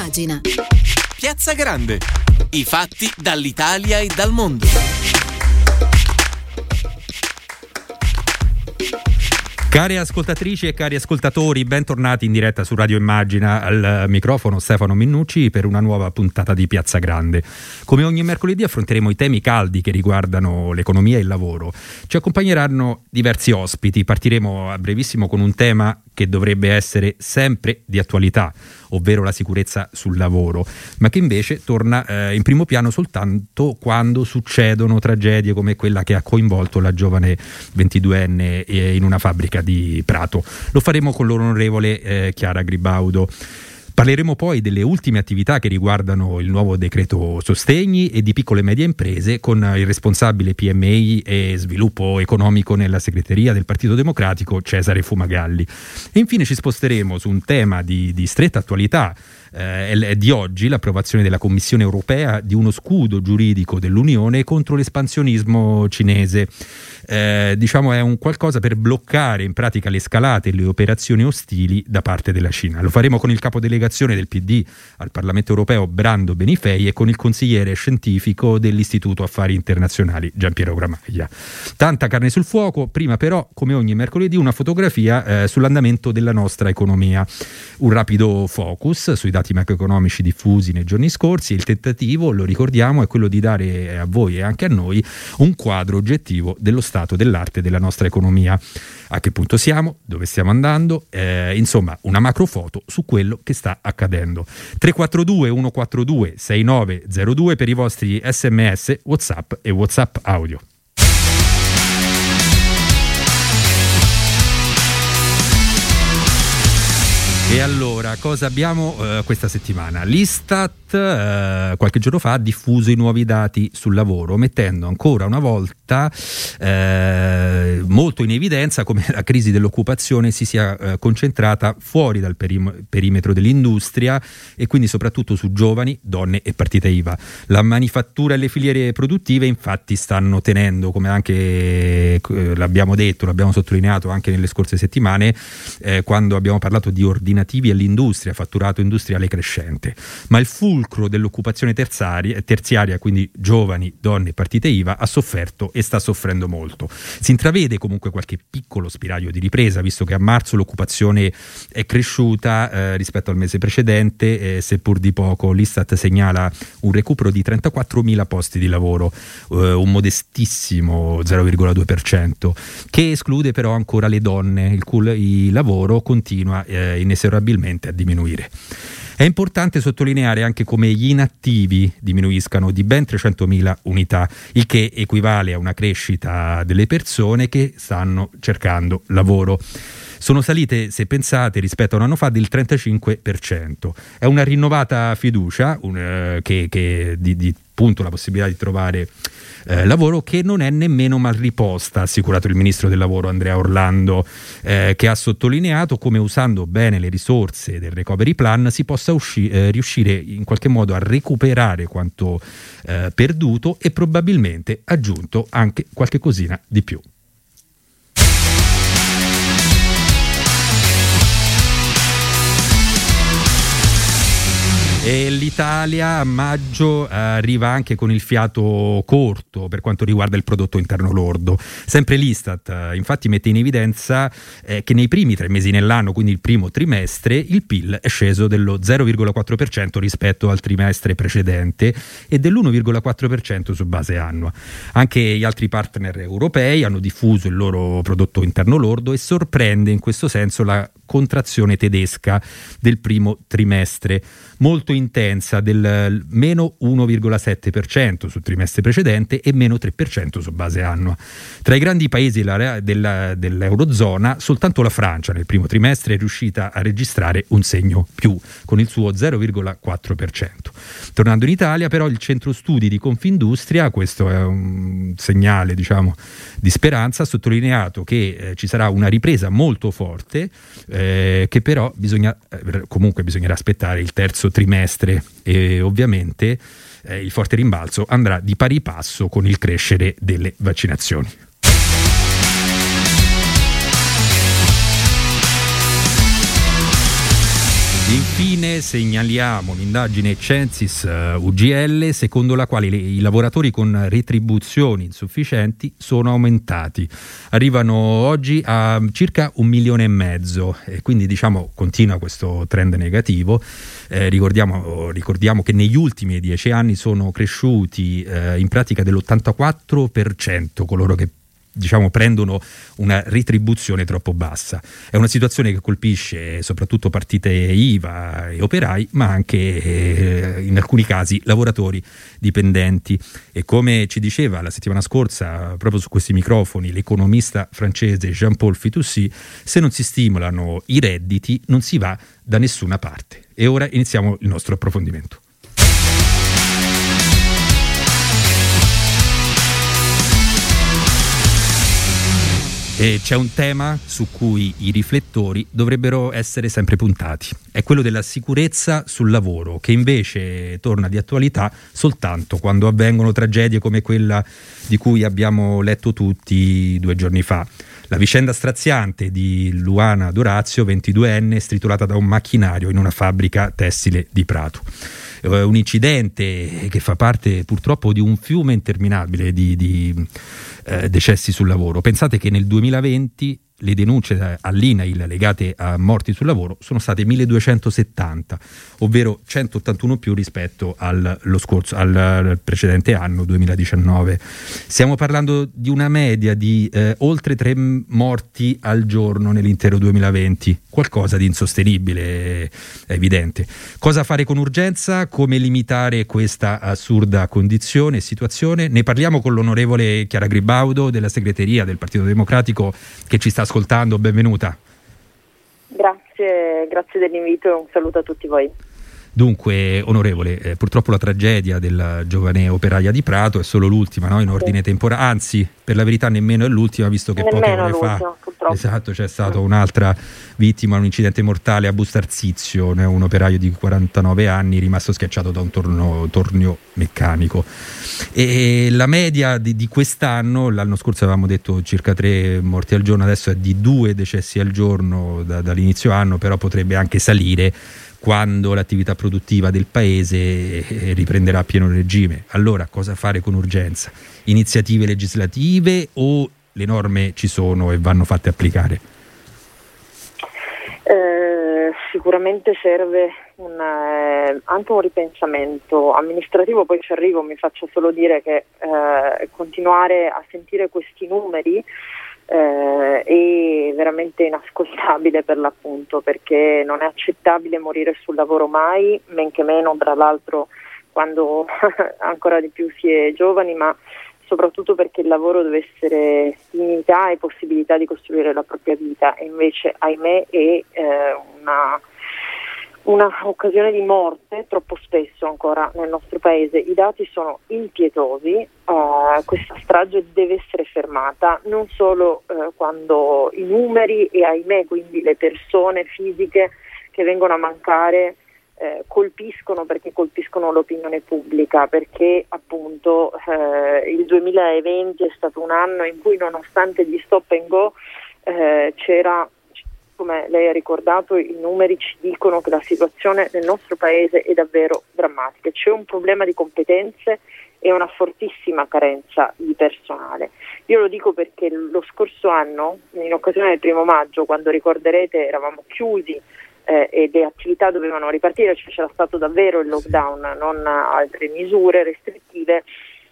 Immagina. Piazza Grande. I fatti dall'Italia e dal mondo. Care ascoltatrici e cari ascoltatori, bentornati in diretta su Radio Immagina. Al microfono Stefano Minnucci per una nuova puntata di Piazza Grande. Come ogni mercoledì affronteremo i temi caldi che riguardano l'economia e il lavoro. Ci accompagneranno diversi ospiti. Partiremo a brevissimo con un tema che dovrebbe essere sempre di attualità, ovvero la sicurezza sul lavoro, ma che invece torna in primo piano soltanto quando succedono tragedie come quella che ha coinvolto la giovane 22enne in una fabbrica di Prato. Lo faremo con l'onorevole Chiara Gribaudo. Parleremo poi delle ultime attività che riguardano il nuovo decreto sostegni e di piccole e medie imprese con il responsabile PMI e sviluppo economico nella segreteria del Partito Democratico, Cesare Fumagalli. E infine ci sposteremo su un tema di stretta attualità. Di oggi l'approvazione della Commissione europea di uno scudo giuridico dell'Unione contro l'espansionismo cinese. Diciamo è un qualcosa per bloccare in pratica le scalate e le operazioni ostili da parte della Cina. Lo faremo con il capodelegazione del PD al Parlamento europeo Brando Benifei e con il consigliere scientifico dell'Istituto Affari Internazionali Giampiero Gramaglia. Tanta carne sul fuoco, prima però come ogni mercoledì una fotografia sull'andamento della nostra economia. Un rapido focus sui dati macroeconomici diffusi nei giorni scorsi. Il tentativo, lo ricordiamo, è quello di dare a voi e anche a noi un quadro oggettivo dello stato dell'arte della nostra economia. A che punto siamo? Dove stiamo andando? Insomma, una macrofoto su quello che sta accadendo. 342 142 6902 per i vostri SMS, WhatsApp e WhatsApp audio. E allora, cosa abbiamo questa settimana? L'Istat qualche giorno fa ha diffuso i nuovi dati sul lavoro, mettendo ancora una volta molto in evidenza come la crisi dell'occupazione si sia concentrata fuori dal perimetro dell'industria e quindi soprattutto su giovani, donne e partite IVA. La manifattura e le filiere produttive infatti stanno tenendo, come anche l'abbiamo detto, l'abbiamo sottolineato anche nelle scorse settimane quando abbiamo parlato di ordinativi all'industria, fatturato industriale crescente, ma il fulcro dell'occupazione terziaria, quindi giovani, donne e partite IVA, ha sofferto e sta soffrendo molto. Si intravede comunque qualche piccolo spiraglio di ripresa, visto che a marzo l'occupazione è cresciuta rispetto al mese precedente, seppur di poco. L'Istat segnala un recupero di 34.000 posti di lavoro, un modestissimo 0,2%, che esclude però ancora le donne, il cui lavoro continua inesorabilmente a diminuire. È importante sottolineare anche come gli inattivi diminuiscano di ben 300.000 unità, il che equivale a una crescita delle persone che stanno cercando lavoro. Sono salite, se pensate, rispetto a un anno fa del 35%. È una rinnovata fiducia che di appunto la possibilità di trovare lavoro, che non è nemmeno mal riposta, ha assicurato il ministro del lavoro Andrea Orlando, che ha sottolineato come usando bene le risorse del recovery plan si possa riuscire in qualche modo a recuperare quanto perduto e probabilmente aggiunto anche qualche cosina di più. E l'Italia a maggio arriva anche con il fiato corto per quanto riguarda il prodotto interno lordo. Sempre l'Istat infatti mette in evidenza che nei primi 3 mesi nell'anno, quindi il primo trimestre, il PIL è sceso dello 0,4% rispetto al trimestre precedente e dell'1,4% su base annua. Anche gli altri partner europei hanno diffuso il loro prodotto interno lordo e sorprende in questo senso la contrazione tedesca del primo trimestre, molto intensa, del meno 1,7% sul trimestre precedente e meno 3% su base annua. Tra i grandi paesi dell'Eurozona soltanto la Francia nel primo trimestre è riuscita a registrare un segno più, con il suo 0,4%. Tornando in Italia però, il centro studi di Confindustria, questo è un segnale di speranza, ha sottolineato che ci sarà una ripresa molto forte, che però bisognerà aspettare il terzo trimestre e ovviamente il forte rimbalzo andrà di pari passo con il crescere delle vaccinazioni. Infine segnaliamo l'indagine Censis UGL, secondo la quale i lavoratori con retribuzioni insufficienti sono aumentati. Arrivano oggi a circa 1,5 milioni e quindi continua questo trend negativo. Ricordiamo che negli ultimi 10 anni sono cresciuti in pratica dell'84% coloro che prendono una retribuzione troppo bassa. È una situazione che colpisce soprattutto partite IVA e operai, ma anche in alcuni casi lavoratori dipendenti. E come ci diceva la settimana scorsa proprio su questi microfoni l'economista francese Jean-Paul Fitoussi, se non si stimolano i redditi non si va da nessuna parte. E ora iniziamo il nostro approfondimento. E c'è un tema su cui i riflettori dovrebbero essere sempre puntati. È quello della sicurezza sul lavoro, che invece torna di attualità soltanto quando avvengono tragedie come quella di cui abbiamo letto tutti 2 giorni fa. La vicenda straziante di Luana D'Orazio, 22enne, stritolata da un macchinario in una fabbrica tessile di Prato. Un incidente che fa parte purtroppo di un fiume interminabile di decessi sul lavoro. Pensate che nel 2020 le denunce all'INAIL legate a morti sul lavoro sono state 1270, ovvero 181 più rispetto al precedente anno 2019. Stiamo parlando di una media di oltre 3 morti al giorno nell'intero 2020, qualcosa di insostenibile, è evidente. Cosa fare con urgenza? Come limitare questa assurda condizione e situazione? Ne parliamo con l'onorevole Chiara Gribaudo della segreteria del Partito Democratico che ci sta ascoltando. Benvenuta. Grazie dell'invito e un saluto a tutti voi. Dunque, onorevole, purtroppo la tragedia della giovane operaia di Prato è solo l'ultima, no? In ordine temporale, anzi, per la verità nemmeno è l'ultima, visto che poche ore fa c'è stata un'altra vittima, un incidente mortale a Bustarsizio, un operaio di 49 anni rimasto schiacciato da un tornio meccanico. E la media di quest'anno, l'anno scorso avevamo detto circa 3 morti al giorno, adesso è di 2 decessi al giorno dall'inizio anno, però potrebbe anche salire quando l'attività produttiva del paese riprenderà a pieno regime. Allora, cosa fare con urgenza? Iniziative legislative o le norme ci sono e vanno fatte applicare? Sicuramente serve anche un ripensamento amministrativo, poi ci arrivo, mi faccio solo dire che continuare a sentire questi numeri è veramente inascoltabile per l'appunto, perché non è accettabile morire sul lavoro mai, men che meno tra l'altro quando ancora di più si è giovani, ma soprattutto perché il lavoro deve essere dignità e possibilità di costruire la propria vita, e invece ahimè è una occasione di morte troppo spesso ancora nel nostro paese. I dati sono impietosi, questa strage deve essere fermata, non solo quando i numeri e ahimè quindi le persone fisiche che vengono a mancare colpiscono, perché colpiscono l'opinione pubblica, perché appunto il 2020 è stato un anno in cui, nonostante gli stop and go, c'era, come lei ha ricordato, i numeri ci dicono che la situazione nel nostro paese è davvero drammatica. C'è un problema di competenze e una fortissima carenza di personale. Io lo dico perché lo scorso anno, in occasione del 1° maggio, quando ricorderete eravamo chiusi e le attività dovevano ripartire, cioè c'era stato davvero il lockdown, non altre misure restrittive,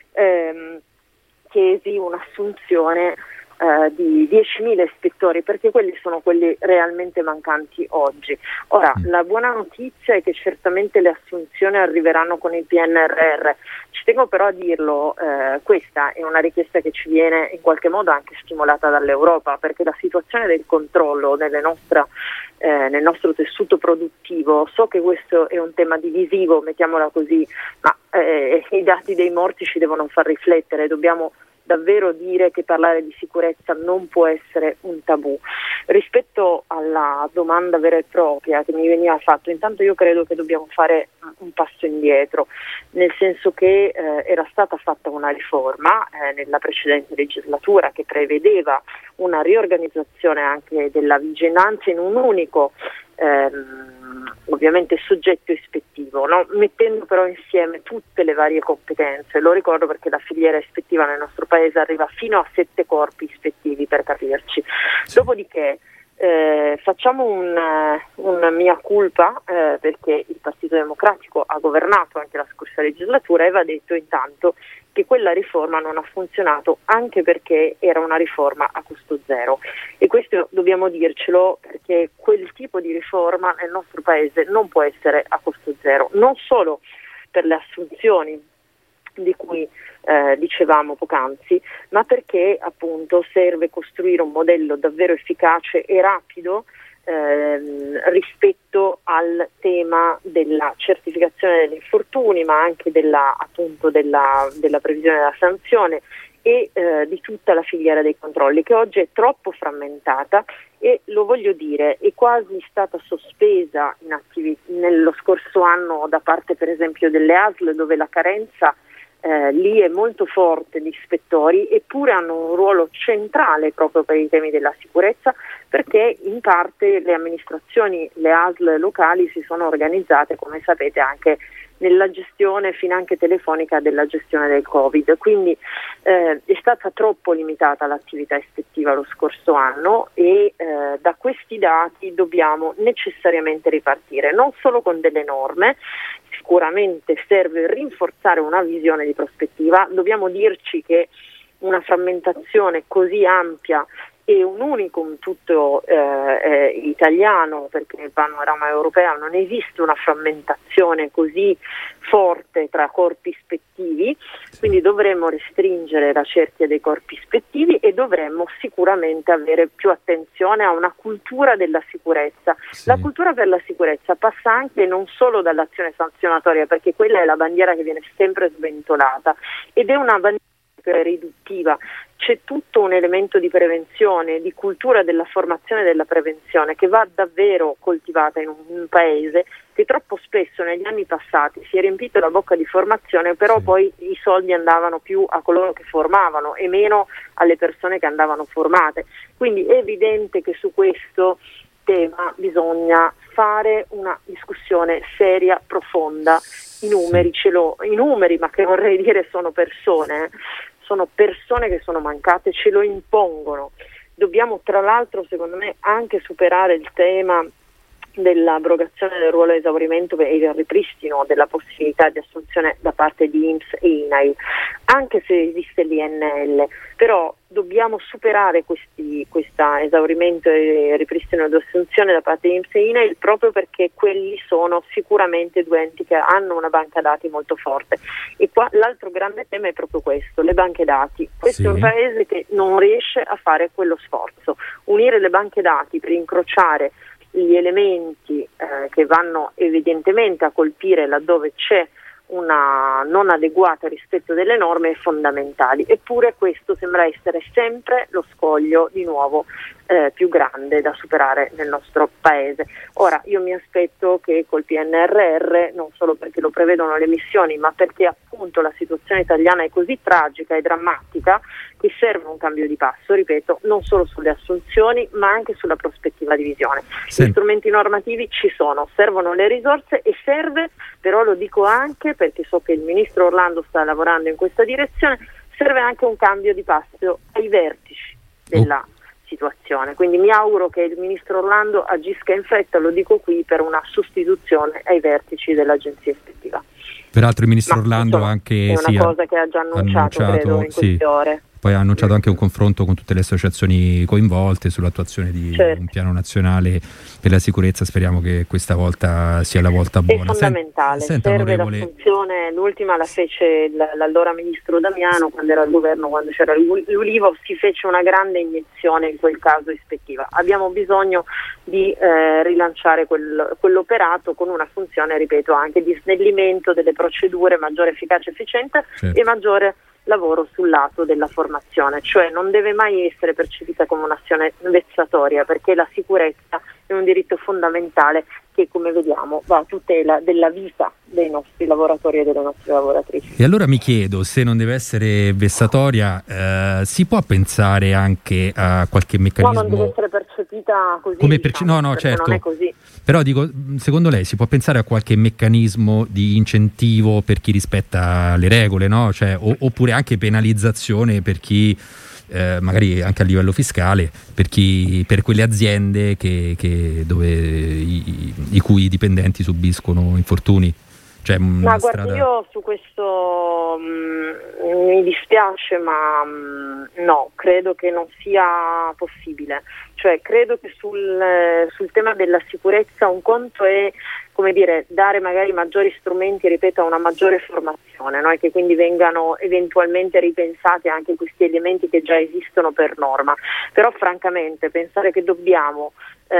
chiesi un'assunzione di 10.000 ispettori, perché quelli sono quelli realmente mancanti oggi. Ora, la buona notizia è che certamente le assunzioni arriveranno con il PNRR. Ci tengo però a dirlo, questa è una richiesta che ci viene in qualche modo anche stimolata dall'Europa, perché la situazione del controllo nel nostro tessuto produttivo, so che questo è un tema divisivo, mettiamola così, ma i dati dei morti ci devono far riflettere, dobbiamo davvero dire che parlare di sicurezza non può essere un tabù. Rispetto alla domanda vera e propria che mi veniva fatto, intanto io credo che dobbiamo fare un passo indietro, nel senso che era stata fatta una riforma nella precedente legislatura che prevedeva una riorganizzazione anche della vigilanza in un unico ovviamente soggetto ispettivo, no? Mettendo però insieme tutte le varie competenze. Lo ricordo perché la filiera ispettiva nel nostro paese arriva fino a 7 corpi ispettivi, per capirci. Dopodiché facciamo una mia culpa, perché il Partito Democratico ha governato anche la scorsa legislatura e va detto intanto che quella riforma non ha funzionato, anche perché era una riforma a costo zero, e questo dobbiamo dircelo, perché quel tipo di riforma nel nostro paese non può essere a costo zero, non solo per le assunzioni di cui dicevamo poc'anzi, ma perché appunto serve costruire un modello davvero efficace e rapido rispetto al tema della certificazione degli infortuni, ma anche della previsione della sanzione e di tutta la filiera dei controlli, che oggi è troppo frammentata e, lo voglio dire, è quasi stata sospesa nello scorso anno da parte per esempio delle ASL, dove la carenza lì è molto forte di ispettori, eppure hanno un ruolo centrale proprio per i temi della sicurezza, perché in parte le amministrazioni, le ASL locali si sono organizzate, come sapete, anche nella gestione finanche telefonica della gestione del Covid, quindi è stata troppo limitata l'attività ispettiva lo scorso anno e da questi dati dobbiamo necessariamente ripartire, non solo con delle norme. Sicuramente serve rinforzare una visione di prospettiva, dobbiamo dirci che una frammentazione così ampia e un unicum tutto italiano, perché nel panorama europeo non esiste una frammentazione così forte tra corpi ispettivi, quindi dovremmo restringere la cerchia dei corpi ispettivi e dovremmo sicuramente avere più attenzione a una cultura della sicurezza. Sì. La cultura per la sicurezza passa anche non solo dall'azione sanzionatoria, perché quella è la bandiera che viene sempre sventolata ed è una bandiera riduttiva. C'è tutto un elemento di prevenzione, di cultura della formazione e della prevenzione che va davvero coltivata in un paese che troppo spesso negli anni passati si è riempito la bocca di formazione, però poi i soldi andavano più a coloro che formavano e meno alle persone che andavano formate. Quindi è evidente che su questo tema bisogna fare una discussione seria, profonda. I numeri, ma che vorrei dire sono persone che sono mancate, ce lo impongono. Dobbiamo tra l'altro, secondo me, anche superare il tema dell'abrogazione del ruolo di esaurimento e il ripristino della possibilità di assunzione da parte di INPS e INAIL, anche se esiste l'INL, però dobbiamo superare questo esaurimento e ripristino di assunzione da parte di INPS e INAIL, proprio perché quelli sono sicuramente due enti che hanno una banca dati molto forte. E qua l'altro grande tema è proprio questo, le banche dati. Questo è un paese che non riesce a fare quello sforzo. Unire le banche dati per incrociare gli elementi che vanno evidentemente a colpire laddove c'è una non adeguata rispetto delle norme è fondamentale, eppure questo sembra essere sempre lo scoglio di nuovo più grande da superare nel nostro paese. Ora io mi aspetto che col PNRR, non solo perché lo prevedono le missioni, ma perché appunto la situazione italiana è così tragica e drammatica, che serve un cambio di passo, ripeto, non solo sulle assunzioni ma anche sulla prospettiva di visione. Gli strumenti normativi ci sono, servono le risorse e serve, però lo dico anche perché so che il ministro Orlando sta lavorando in questa direzione, serve anche un cambio di passo ai vertici della situazione. Quindi mi auguro che il ministro Orlando agisca in fretta, lo dico qui, per una sostituzione ai vertici dell'agenzia ispettiva. Peraltro il ministro Orlando anche è una cosa che ha già annunciato credo in queste ore. Poi ha annunciato anche un confronto con tutte le associazioni coinvolte sull'attuazione di un piano nazionale per la sicurezza. Speriamo che questa volta sia la volta buona. È fondamentale, serve la funzione, l'ultima la fece l'allora ministro Damiano quando era al governo, quando c'era l'Ulivo, si fece una grande iniezione in quel caso ispettiva. Abbiamo bisogno di rilanciare quell'operato con una funzione, ripeto, anche di snellimento delle procedure, maggiore efficacia e efficienza e maggiore lavoro sul lato della formazione, cioè non deve mai essere percepita come un'azione vessatoria, perché la sicurezza è un diritto fondamentale che, come vediamo, va a tutela della vita dei nostri lavoratori e delle nostre lavoratrici. E allora mi chiedo, se non deve essere vessatoria, si può pensare anche a qualche meccanismo? No, non deve essere percepita così. No, certo. Non è così. Però dico, secondo lei si può pensare a qualche meccanismo di incentivo per chi rispetta le regole, no? Cioè, oppure anche penalizzazione per chi, magari anche a livello fiscale, per quelle aziende dove i cui dipendenti subiscono infortuni? Cioè, ma guarda, io su questo mi dispiace, ma no, credo che non sia possibile. Cioè, credo che sul tema della sicurezza un conto è, come dire, dare magari maggiori strumenti, ripeto, a una maggiore formazione, no? E che quindi vengano eventualmente ripensati anche questi elementi che già esistono per norma. Però francamente pensare che dobbiamo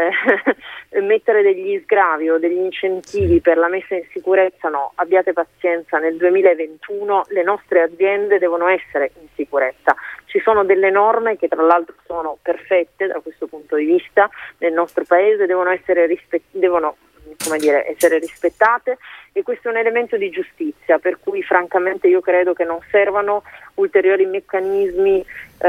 mettere degli sgravi o degli incentivi per la messa in sicurezza, no, abbiate pazienza, nel 2021 le nostre aziende devono essere in sicurezza. Ci sono delle norme che tra l'altro sono perfette da questo punto di vista nel nostro paese, devono essere essere rispettate, e questo è un elemento di giustizia, per cui francamente io credo che non servano ulteriori meccanismi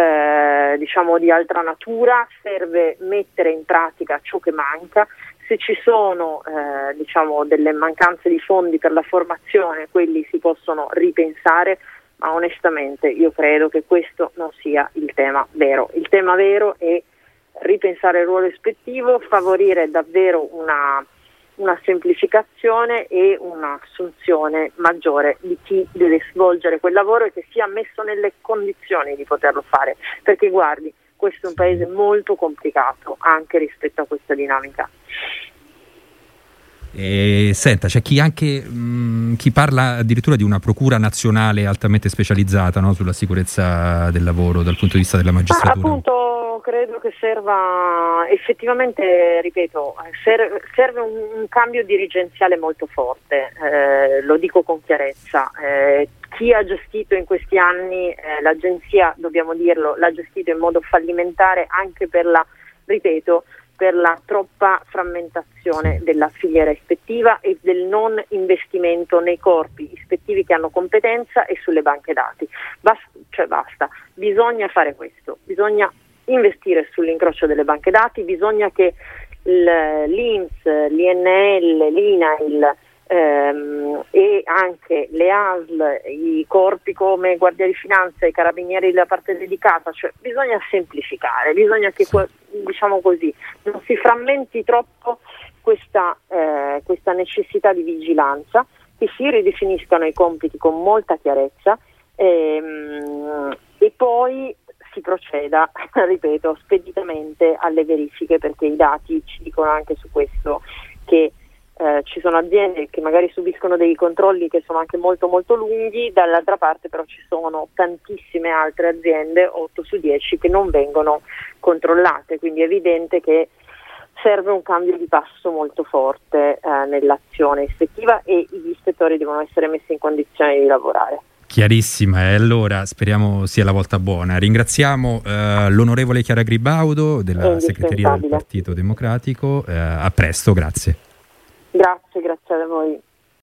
di altra natura. Serve mettere in pratica ciò che manca. Se ci sono delle mancanze di fondi per la formazione, quelli si possono ripensare, ma onestamente io credo che questo non sia il tema vero. Il tema vero è ripensare il ruolo ispettivo, favorire davvero una semplificazione e un'assunzione maggiore di chi deve svolgere quel lavoro e che sia messo nelle condizioni di poterlo fare, perché guardi, questo è un paese molto complicato anche rispetto a questa dinamica. Senta, c'è chi parla addirittura di una procura nazionale altamente specializzata, no, sulla sicurezza del lavoro dal punto di vista della magistratura. Appunto, credo che serva effettivamente, ripeto, serve un cambio dirigenziale molto forte, lo dico con chiarezza. Chi ha gestito in questi anni l'agenzia, dobbiamo dirlo, l'ha gestito in modo fallimentare anche per la troppa frammentazione della filiera ispettiva e del non investimento nei corpi ispettivi che hanno competenza e sulle banche dati. Basta, bisogna fare questo, bisogna investire sull'incrocio delle banche dati, bisogna che l'INPS, l'INL, l'INAIL e anche le ASL, i corpi come Guardia di Finanza, i Carabinieri della parte dedicata, cioè bisogna semplificare, bisogna che non si frammenti troppo questa necessità di vigilanza, che si ridefiniscano i compiti con molta chiarezza e poi si proceda, ripeto, speditamente alle verifiche, perché i dati ci dicono anche su questo che ci sono aziende che magari subiscono dei controlli che sono anche molto molto lunghi, dall'altra parte però ci sono tantissime altre aziende, 8 su 10, che non vengono controllate, quindi è evidente che serve un cambio di passo molto forte nell'azione ispettiva e gli ispettori devono essere messi in condizione di lavorare. Chiarissima, e allora speriamo sia la volta buona. Ringraziamo l'onorevole Chiara Gribaudo della segreteria del Partito Democratico, a presto, grazie. Grazie a voi.